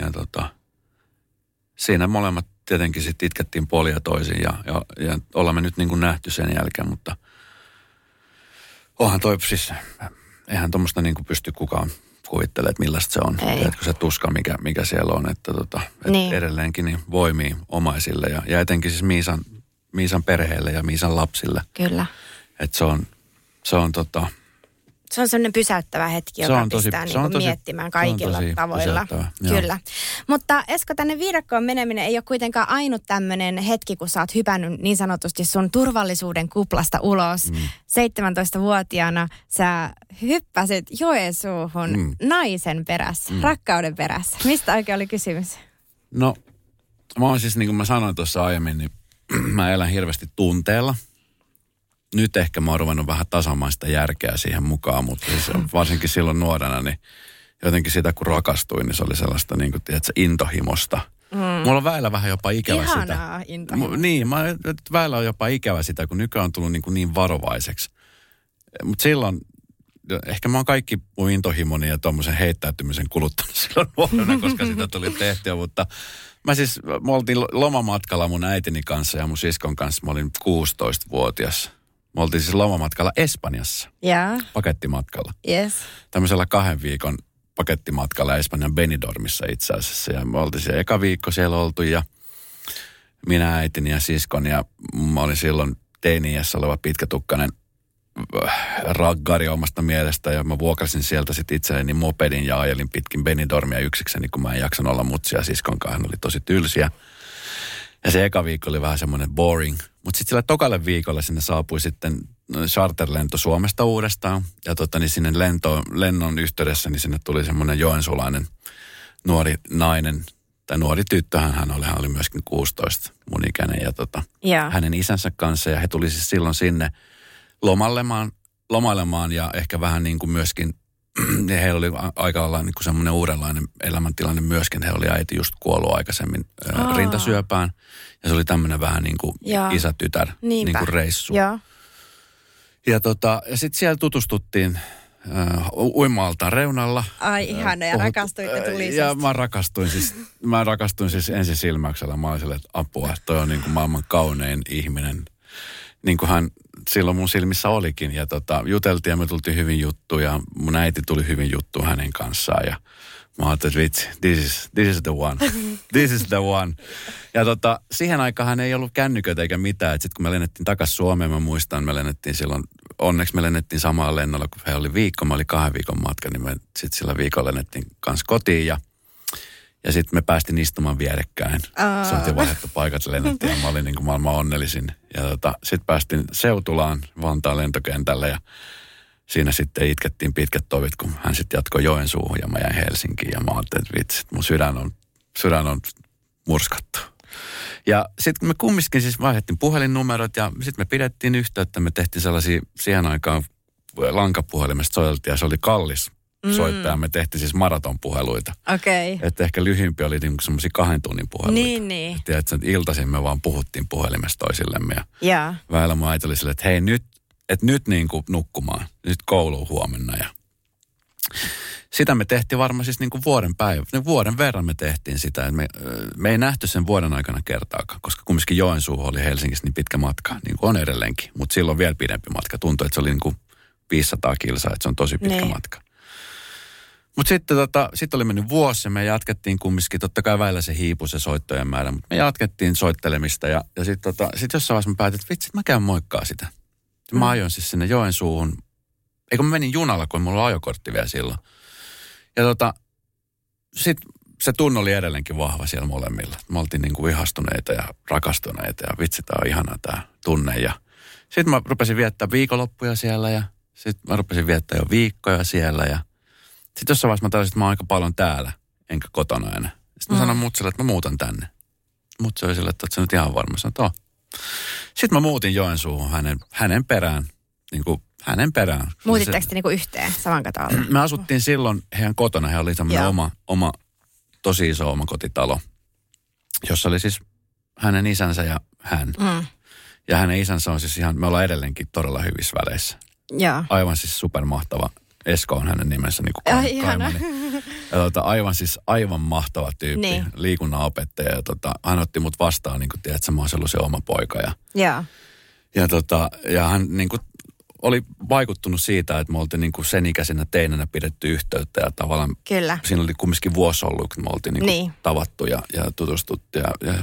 siinä molemmat tietenkin sitten itkettiin puolia toisin ja olemme nyt niin kuin nähty sen jälkeen, mutta onhan toi siis, eihän tuommoista niin kuin pysty kukaan kuvittelemaan, että millaista se on. Tiedätkö se tuska, mikä siellä on, että niin. Edelleenkin niin voimii omaisille ja etenkin siis Miisan perheelle ja Miisan lapsille. Kyllä. Että se on Se on sellainen pysäyttävä hetki, joka pistää miettimään kaikilla tavoilla. Kyllä. Mutta Esko, tänne viidakkoon meneminen ei ole kuitenkaan ainut tämmöinen hetki, kun sä oot hypännyt niin sanotusti sun turvallisuuden kuplasta ulos. 17-vuotiaana sä hyppäsit Joensuuhun naisen perässä, rakkauden perässä. Mistä oikein oli kysymys? No, mä oon siis niin kuin mä sanoin tuossa aiemmin, niin mä elän hirveästi tunteella. Nyt ehkä mä oon ruvennut vähän tasaamaan sitä järkeä siihen mukaan, mutta siis varsinkin silloin nuorena, niin jotenkin sitä kun rakastuin, niin se oli sellaista niin kuin, tiedätkö, intohimosta. Mulla on väillä vähän jopa ikävä Ihanaa sitä. intohimosta. Niin, väillä on jopa ikävä sitä, kun nykyään on tullut niin varovaiseksi. Mutta silloin, ehkä mä oon kaikki mun intohimoni ja tommosen heittäytymisen kuluttanut silloin nuorena, koska sitä tuli tehtyä, mutta me oltiin lomamatkalla mun äitini kanssa ja mun siskon kanssa, mä olin 16-vuotias. Me oltiin siis lomamatkalla Espanjassa. Yeah. Pakettimatkalla. Yes. Tämmöisellä 2 viikon pakettimatkalla Espanjan Benidormissa itse asiassa. Ja me oltiin se eka viikko siellä oltu ja minä, äitini ja siskon. Ja mä olin silloin teini-iässä oleva pitkätukkainen raggari omasta mielestä. Ja mä vuokrasin sieltä sitten itselleni mopedin ja ajelin pitkin Benidormia yksikseni, kun mä en jaksanut olla mutsia siskonkaan. Hän oli tosi tylsiä. Ja se eka viikko oli vähän semmoinen boring. Mutta sitten sillä tokalle viikolla sinne saapui sitten charterlento Suomesta uudestaan. Ja niin sinne lennon yhteydessä niin sinne tuli semmoinen joensuulainen nuori nainen. Tai nuori tyttöhän hän oli myöskin 16 mun ikäinen. Ja hänen isänsä kanssa. Ja he tuli siis silloin sinne lomailemaan ja ehkä vähän niin kuin myöskin, ja heillä oli aika lailla niin kuin semmoinen uudenlainen elämäntilanne myöskin. He oli äiti just kuollut aikaisemmin rintasyöpään. Ja se oli tämmöinen vähän niin kuin isä-tytär niin kuin reissu. Ja sitten siellä tutustuttiin uima-altaan reunalla. Ai ihana, ja rakastuitte tulisesti. Ja mä rakastuin siis ensisilmäyksellä. Mä olin silleen, että apua, toi on niin kuin maailman kaunein ihminen. Niin kuin hän silloin mun silmissä olikin. Ja juteltiin ja me tultiin hyvin juttuun ja mun äiti tuli hyvin juttuun hänen kanssaan. Ja mä ajattelin, että vitsi, this is the one. This is the one. Ja siihen aikaan hän ei ollut kännyköitä eikä mitään. Sitten kun me lennettiin takaisin Suomeen, mä muistan, me lennettiin silloin, onneksi me lennettiin samalla lennolla, kun he oli viikko, mä oli 2 viikon matka, niin me sitten sillä viikolla lennettiin kanssa kotiin ja sitten me päästiin istumaan vierekkäin. Se oltiin vaihdettu paikat, lennettiin ja mä olin niin kuin maailman onnellisin. Ja sitten päästiin Seutulaan Vantaan lentokentälle ja siinä sitten itkettiin pitkät tovit, kun hän sitten jatkoi Joensuuhun ja mä jäin Helsinkiin. Ja mä ajattelin, että vitsi, mun sydän on murskattu. Ja sitten me kumminkin siis vaihdettiin puhelinnumerot ja sitten me pidettiin yhteyttä. Me tehtiin sellaisia siihen aikaan lankapuhelimesta soiteltiin ja se oli kallis soittaja. Me tehtiin siis maratonpuheluita. Okei. Että ehkä lyhyempi oli niinku semmoisia 2 tunnin puheluita. Niin. Tiedätkö, että iltaisin me vaan puhuttiin puhelimesta toisillemme. Ja väillä mun äiti oli silleen, että hei nyt niin kuin nukkumaan. Nyt kouluun huomenna. Ja sitä me tehtiin varmaan siis niin kuin vuoden verran me tehtiin sitä. Me ei nähty sen vuoden aikana kertaakaan, koska kumminkin Joensuuhun oli Helsingissä niin pitkä matka, niin kuin on edelleenkin. Mutta silloin vielä pidempi matka. Tuntui, että se oli niin kuin 500 kilsaa, että se on tosi pitkä matka. Mutta sitten oli mennyt vuosi ja me jatkettiin kumminkin. Totta kai väillä se hiipui se soittojen määrä, mutta me jatkettiin soittelemista. Ja sitten jossain vaiheessa mä päätin, että vitsi, mä käyn moikkaa sitä. Mä ajoin siis sinne Joensuuhun. Eikö mä menin junalla, kun mulla oli ajokortti vielä silloin. Ja sitten se tunne oli edelleenkin vahva siellä molemmilla. Me oltiin niin kuin ihastuneita ja rakastuneita ja vitsi, tää on ihana tää tunne. Ja sitten mä rupesin viettää viikonloppuja siellä ja sitten mä rupesin viettää jo viikkoja siellä. Ja sitten jossain vaiheessa mä tajusin, että mä oon aika paljon täällä, enkä kotona enää. Sitten mä sanoin mutselle, että mä muutan tänne. Mutsi oli sille, että oot sä nyt ihan varma. Sanoin, että Sitten mä muutin Joensuuhun hänen perään. Niin kuin hänen perään. Muutitteko te niinku yhteen saman katon alla? Me asuttiin silloin heidän kotona. He oli semmoinen oma, tosi iso oma kotitalo, jossa oli siis hänen isänsä ja hän. Ja hänen isänsä on siis ihan, me ollaan edelleenkin todella hyvissä väleissä. Ja. Aivan siis supermahtava. Esko on hänen nimensä, niin kuin Kaimani. Ja aivan mahtava tyyppi, niin. Liikunnan opettaja. Ja hän otti mut vastaan, niin kuin tiedät, että mä oon ollut se oma poika. Ja hän niin kuin oli vaikuttunut siitä, että me oltiin niin kuin sen ikäisenä teinänä pidetty yhteyttä. Ja tavallaan Kyllä. Siinä oli kumminkin vuosi ollut, kun me oltiin niin kuin tavattu ja tutustuttu. Ja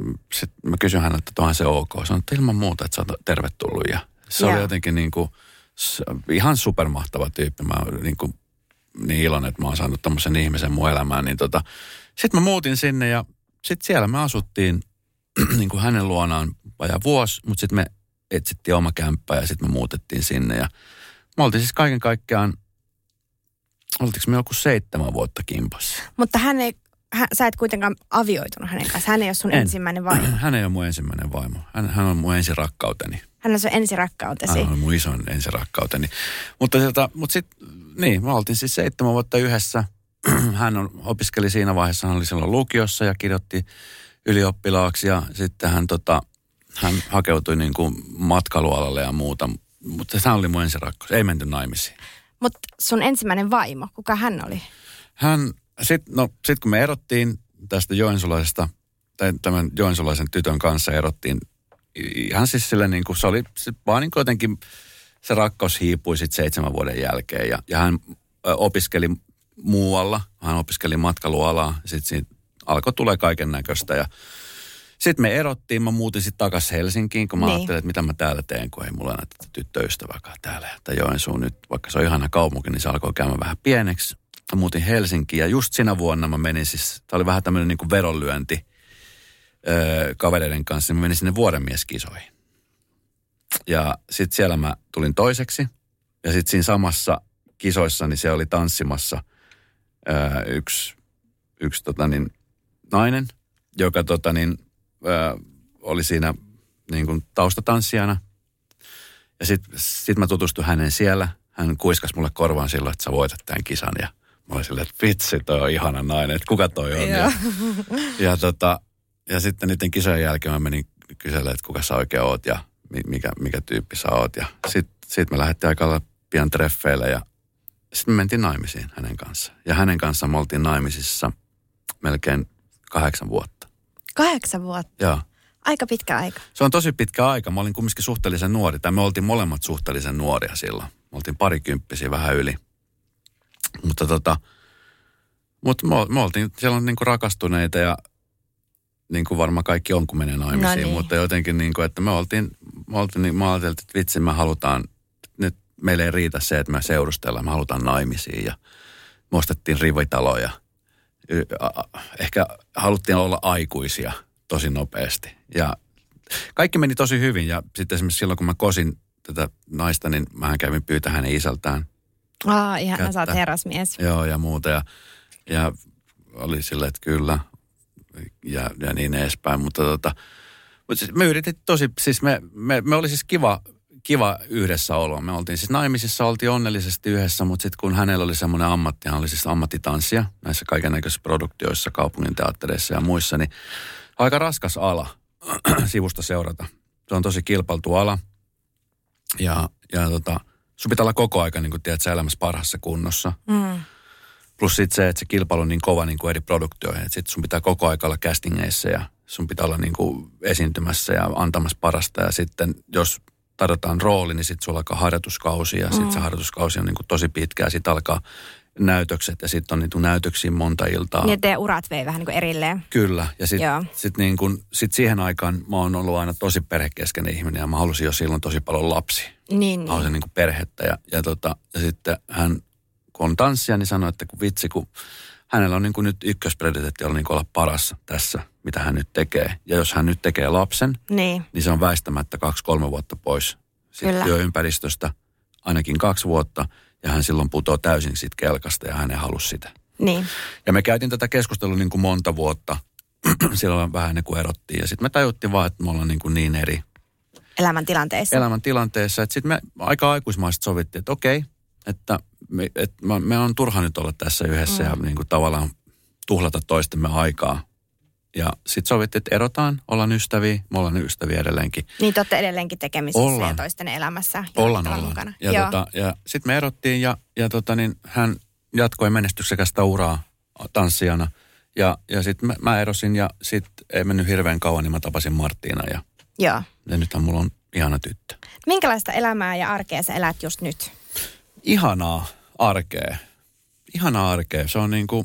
sitten mä kysyin häneltä, että onhan se ok. Sanoin, että ilman muuta, että sä oot tervetullut. Ja se oli jotenkin niin kuin, Ihan supermahtava tyyppi. Mä oon niin iloinen, että mä oon saanut tommosen ihmisen mun elämään. Niin sitten mä muutin sinne ja sitten siellä me asuttiin niin kuin hänen luonaan vajaa vuosi, mutta sitten me etsittiin oma kämppä ja sitten me muutettiin sinne. Ja me oltiin siis kaiken kaikkiaan, oltiinko me joku 7 vuotta kimpassa. Mutta sä et kuitenkaan avioitunut hänen kanssa. Hän ei ole sun ensimmäinen vaimo. Hän ei ole mun ensimmäinen vaimo. Hän on mun ensirakkauteni. Hän on sun ensirakkautesi. Hän on mun ison ensirakkauteni. Mutta sitten, niin, me oltiin siis 7 vuotta yhdessä. Hän opiskeli siinä vaiheessa, hän oli silloin lukiossa ja kirjoitti ylioppilaaksi. Ja sitten hän hakeutui niin kuin matkailualalle ja muuta. Mutta hän oli mun ensirakkaus. Ei menty naimisiin. Mutta sun ensimmäinen vaimo, kuka hän oli? Sitten kun me erottiin tästä joensulaisesta, tai tämän joensulaisen tytön kanssa erottiin, ihan siis sille niin kuin, se oli vaan niin kuin jotenkin, se rakkaus hiipui sitten 7 vuoden jälkeen. Ja hän opiskeli muualla, hän opiskeli matkailualaa, sitten siitä alkoi tulee kaiken näköistä. Ja sitten me erottiin, mä muutin sitten takaisin Helsinkiin, kun mä ajattelin, että mitä mä täällä teen, kun ei mulla enää tätä tyttöystävääkään täällä. Ja Joensuu nyt, vaikka se on ihana kaupunki, niin se alkoi käymään vähän pieneksi. Mä muutin Helsinkiin ja just siinä vuonna mä menin siis, tää oli vähän tämmöinen niin kuin veronlyönti kavereiden kanssa, niin mä menin sinne vuorenmieskisoihin. Ja sitten siellä mä tulin toiseksi ja sitten siinä samassa kisoissa, niin siellä oli tanssimassa yksi nainen, joka oli siinä niin kuin taustatanssijana. Ja sit mä tutustuin hänen siellä. Hän kuiskasi mulle korvaan silloin, että sä voitat tämän kisan. Ja mä olin silleen, että vitsi, toi on ihana nainen, että kuka toi on. Ja sitten niiden kisojen jälkeen mä menin kyselemään, että kuka sä oikein oot ja mikä tyyppi sä oot. Ja sit me lähdettiin aika pian treffeille ja sitten me mentiin naimisiin hänen kanssaan. Ja hänen kanssaan me oltiin naimisissa melkein 8 vuotta. 8 vuotta? Joo. Aika pitkä aika. Se on tosi pitkä aika. Mä olin kumminkin suhteellisen nuori. Tai me oltiin molemmat suhteellisen nuoria silloin. Me oltiin parikymppisiä vähän yli. Mutta me oltiin siellä niinku rakastuneita ja niin kuin varmaan kaikki on, kun menee naimisiin. No niin. Mutta jotenkin niin kuin, että me ajateltiin, että vitsi, me halutaan, nyt meille ei riitä se, että me seurustellaan, me halutaan naimisiin ja me ostettiin rivitaloja. Ehkä haluttiin olla aikuisia tosi nopeasti. Ja kaikki meni tosi hyvin. Ja sitten esimerkiksi silloin, kun mä kosin tätä naista, niin mähän kävin pyytämään hänen isältään. Ihana, sä oot herrasmies. Joo, ja muuta. Ja oli silleen, että kyllä. Ja niin edespäin. Mutta siis me yritettiin tosi, siis me oli siis kiva yhdessä olo. Me oltiin siis naimisissa, oltiin onnellisesti yhdessä, mutta sitten kun hänellä oli semmoinen ammatti, hän oli siis ammattitanssija näissä kaikennäköisissä produktioissa, kaupungin teattereissa ja muissa, niin aika raskas ala sivusta seurata. Se on tosi kilpailtu ala ja sun pitää olla koko aika, niin kuin tiedät, sä elämässä parhaassa kunnossa. Mm. Plus sitten se, että se kilpailu on niin kova niin kuin eri produktioihin, että sitten sun pitää koko aika olla castingeissa ja sun pitää olla niin kuin esiintymässä ja antamassa parasta ja sitten jos tarjotaan rooli, niin sitten sulla alkaa harjoituskausi ja sitten se harjoituskausi on niin kuin tosi pitkä ja sitten alkaa näytökset ja sitten on niin näytöksiä monta iltaa. Niin teidän urat vei vähän niin kuin erilleen. Kyllä ja sitten sit siihen aikaan mä oon ollut aina tosi perhekeskeinen ihminen ja mä halusin jo silloin tosi paljon lapsia. Niin. Mä halusin niin kuin perhettä ja sitten hän kun on tanssija, niin sanoi, että kun vitsi, kun hänellä on niin kuin nyt ykkösprioriteetti olla, niin kuin olla paras tässä, mitä hän nyt tekee. Ja jos hän nyt tekee lapsen, niin se on väistämättä 2-3 vuotta pois sitten työympäristöstä, ainakin 2 vuotta. Ja hän silloin putoaa täysin siitä kelkasta ja hän ei halua sitä. Niin. Ja me käytiin tätä keskustelua niin kuin monta vuotta, silloin vähän ennen kuin erottiin. Ja sitten me tajuttiin vaan, että me ollaan niin eri elämäntilanteessa. Että sitten me aika aikuismaisesti sovittiin, että okei, että me on turha nyt olla tässä yhdessä ja niin kuin tavallaan tuhlata toistemme aikaa. Ja sitten sovittiin, että erotaan, ollaan ystäviä, me ollaan ystäviä edelleenkin. Niin te olette edelleenkin tekemisissä ja toisten elämässä. Ollaan. Mukana. Ja sitten me erottiin ja hän jatkoi menestyksekästä uraa tanssijana. Ja sitten mä erosin ja sitten ei mennyt hirveän kauan, niin mä tapasin Marttiina ja nythän mulla on ihana tyttö. Minkälaista elämää ja arkea sä elät just nyt? Ihanaa arkea. Se on niin kuin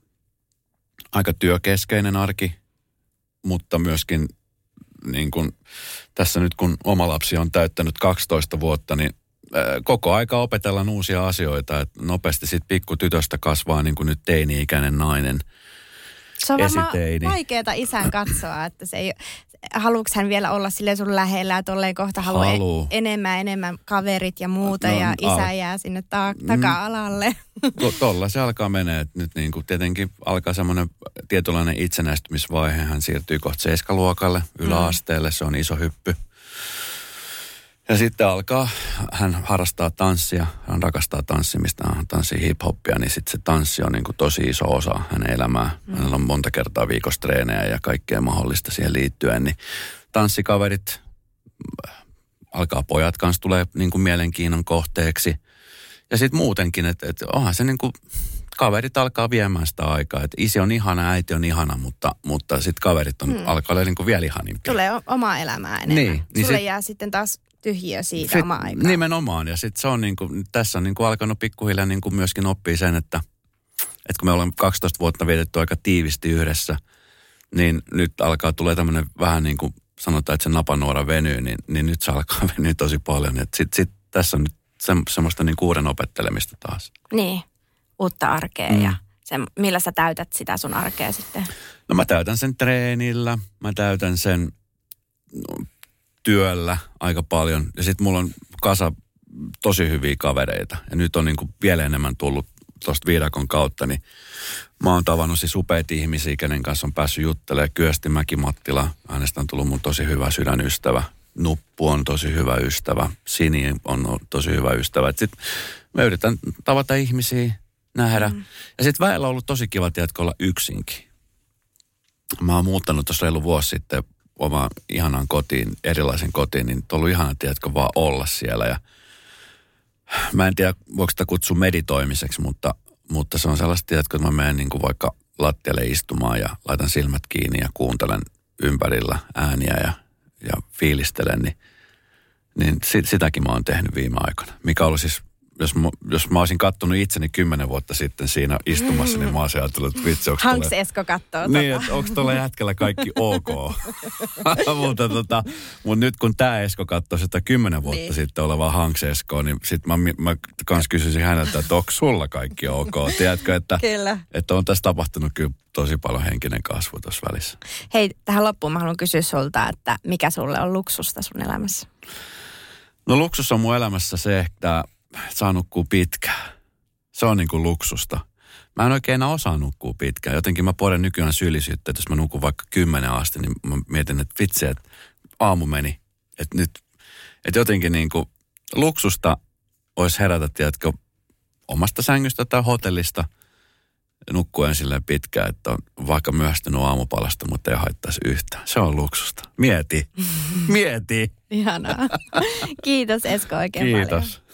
aika työkeskeinen arki, mutta myöskin niin kuin tässä nyt kun oma lapsi on täyttänyt 12 vuotta, niin koko aika opetellaan uusia asioita. Että nopeasti sitten pikkutytöstä kasvaa niin kuin nyt teini-ikäinen nainen. Se on varmaan vaikeeta isän katsoa, että se ei, haluuks hän vielä olla silleen sun lähellä, että tolleen kohta haluaa enemmän kaverit ja muuta ja isä jää sinne taka-alalle. Tolla se alkaa menee, että nyt niin kuin tietenkin alkaa semmoinen tietynlainen itsenäistymisvaihe, hän siirtyy kohta 7-luokalle, yläasteelle, se on iso hyppy. Ja sitten hän harrastaa tanssia, hän rakastaa tanssimista, hän tanssii hip-hoppia, niin sitten se tanssi on niin kuin tosi iso osa hänen elämää. Hänellä on monta kertaa viikossa treenejä ja kaikkea mahdollista siihen liittyen, niin tanssikaverit, alkaa pojat kanssa tulee niin kuin mielenkiinnon kohteeksi. Ja sitten muutenkin, että onhan se niin kuin, kaverit alkaa viemään sitä aikaa, että isi on ihana, äiti on ihana, mutta sitten kaverit alkaa olla niin kuin vielä ihanimpia. Tulee omaa elämää enemmän. Niin sulle jää sitten taas tyhjiö siitä omaa aikaa. Nimenomaan, ja sitten se on niin kuin, tässä on niin kuin alkanut pikkuhiljaa niin kuin myöskin oppia sen, että kun me ollaan 12 vuotta vietetty aika tiivisti yhdessä, niin nyt alkaa tulee tämmöinen vähän niin kuin sanotaan, että se napanuora venyy, niin nyt se alkaa venyä tosi paljon. Että sit tässä on nyt semmoista niin kuin uuden opettelemista taas. Niin, uutta arkea ja millä sä täytät sitä sun arkea sitten? No mä täytän sen treenillä, mä täytän sen työllä aika paljon. Ja sitten mulla on kasa tosi hyviä kavereita. Ja nyt on niin kuin vielä enemmän tullut tuosta viidakon kautta, niin mä oon tavannut siis upeita ihmisiä, kenen kanssa on päässyt juttelemaan. Kyösti Mäki-Mattila, hänestä on tullut mun tosi hyvä sydänystävä. Nuppu on tosi hyvä ystävä. Sini on tosi hyvä ystävä. Sitten me yritän tavata ihmisiä, nähdä. Ja sitten väellä on ollut tosi kiva, tiedätkö, olla yksinkin. Mä oon muuttanut tuossa reilu vuosi sitten omaan ihanaan kotiin, erilaisen kotiin, niin on ollut ihana, tiedätkö, vaan olla siellä. Ja mä en tiedä, voiko sitä kutsua meditoimiseksi, mutta se on sellaista, tiedätkö, että mä menen niin kuin vaikka lattialle istumaan ja laitan silmät kiinni ja kuuntelen ympärillä ääniä ja fiilistelen, niin sitäkin mä oon tehnyt viime aikana. Mikä oli siis, jos mä olisin kattonut itseni 10 vuotta sitten siinä istumassa, niin mä olisin ajatellut, että vitsi, onko Hanks Esko kattoo niin, että onko tuolla jätkällä kaikki ok. mutta nyt kun tää Esko katsoo sitä 10 vuotta sitten olevaa Hanks Eskoa, niin sit mä kans kysyisin häneltä, että onko sulla kaikki ok. Tiedätkö, että on tässä tapahtunut kyllä tosi paljon henkinen kasvu tuossa välissä. Hei, tähän loppuun mä haluan kysyä sulta, että mikä sulle on luksusta sun elämässä? No luksus on mun elämässä se, että saa nukkua pitkään. Se on niin kuin luksusta. Mä en oikein enää osaa nukkua pitkään. Jotenkin mä poden nykyään syyllisyyttä, että jos mä nukun vaikka 10 asti, niin mä mietin, että vitsi, että aamu meni. Että nyt, että jotenkin niin kuin luksusta olisi herätä, tiedätkö, omasta sängystä tai hotellista nukkuen silleen pitkään, että on vaikka myöhästynyt aamupalasta, mutta ei haittaisi yhtään. Se on luksusta. Mieti. Ihanaa. Kiitos Esko oikein paljon. Kiitos.